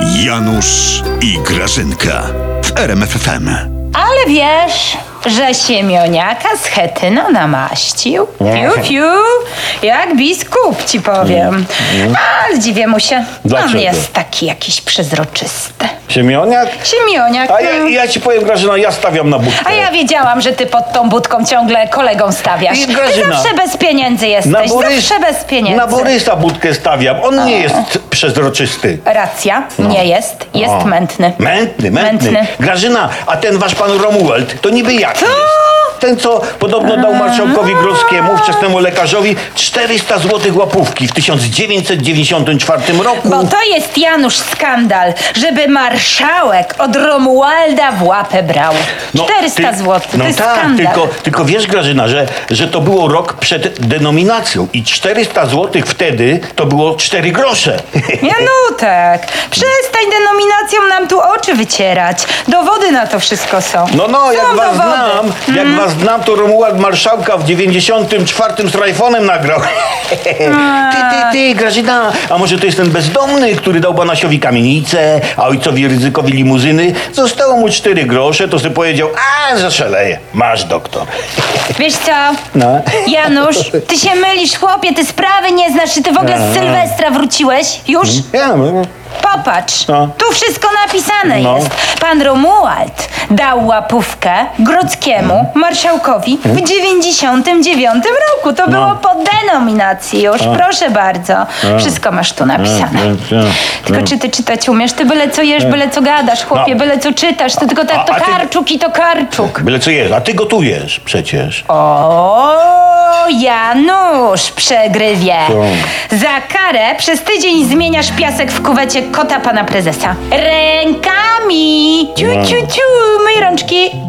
Janusz i Grażynka w RMF FM. Ale wiesz, że Siemioniaka z Chetyną namaścił? Fiu, fiu, jak biskup ci powiem. Ale dziwię mu się. Dlaczego? On jest taki jakiś przezroczysty. Siemioniak? Siemioniak, A ja ci powiem, Grażyna, ja stawiam na budkę. A ja wiedziałam, że ty pod tą budką ciągle kolegą stawiasz. I Ty Grażyna, zawsze bez pieniędzy jesteś, zawsze bez pieniędzy. Na Borysa budkę stawiam. On nie jest przezroczysty. Racja, nie jest, jest mętny. Mętny. Grażyna, a ten wasz pan Romuald, to niby jaki jest? Ten, co podobno dał marszałkowi Grodzkiemu, wczesnemu lekarzowi, 400 złotych łapówki w 1994 roku. Bo to jest, Janusz, skandal, żeby marszałek od Romualda w łapę brał. 400 zł, to jest tak, skandal. tylko wiesz, Grażyna, że to było rok przed denominacją i 400 złotych wtedy to było 4 grosze. Janutek, przestań denominacją nam tu oczy wycierać. Dowody na to wszystko są. No, jak Są was dowody. znam, to Romuald Marszałka w 94 z Rajfonem nagrał. Ty, Grażyna, a może to jest ten bezdomny, który dał Banasiowi kamienicę, a ojcowi Rydzykowi limuzyny? Zostało mu 4 grosze, to sobie powiedział, zaszaleję. Masz, doktor. Wiesz co, No. Janusz, ty się mylisz, chłopie, ty sprawy nie znasz, czy ty w ogóle z Sylwestra wróciłeś? Już? Popatrz, No. tu wszystko napisane No. jest. Pan Romuald dał łapówkę Grodzkiemu, marszałkowi w 99 roku. To było po denominacji już, proszę bardzo. Wszystko masz tu napisane. Tylko czy ty czytać umiesz? Ty byle co jesz, byle co gadasz, chłopie, No. byle co czytasz. To tylko tak, to a ty- Karczuk i to Karczuk. Byle co jest, a ty gotujesz przecież. O, Janusz, przegrywie. Za karę przez tydzień zmieniasz piasek w kuwecie kota pana prezesa. Rękami! Ciu, ciu, ciu, myj rączki.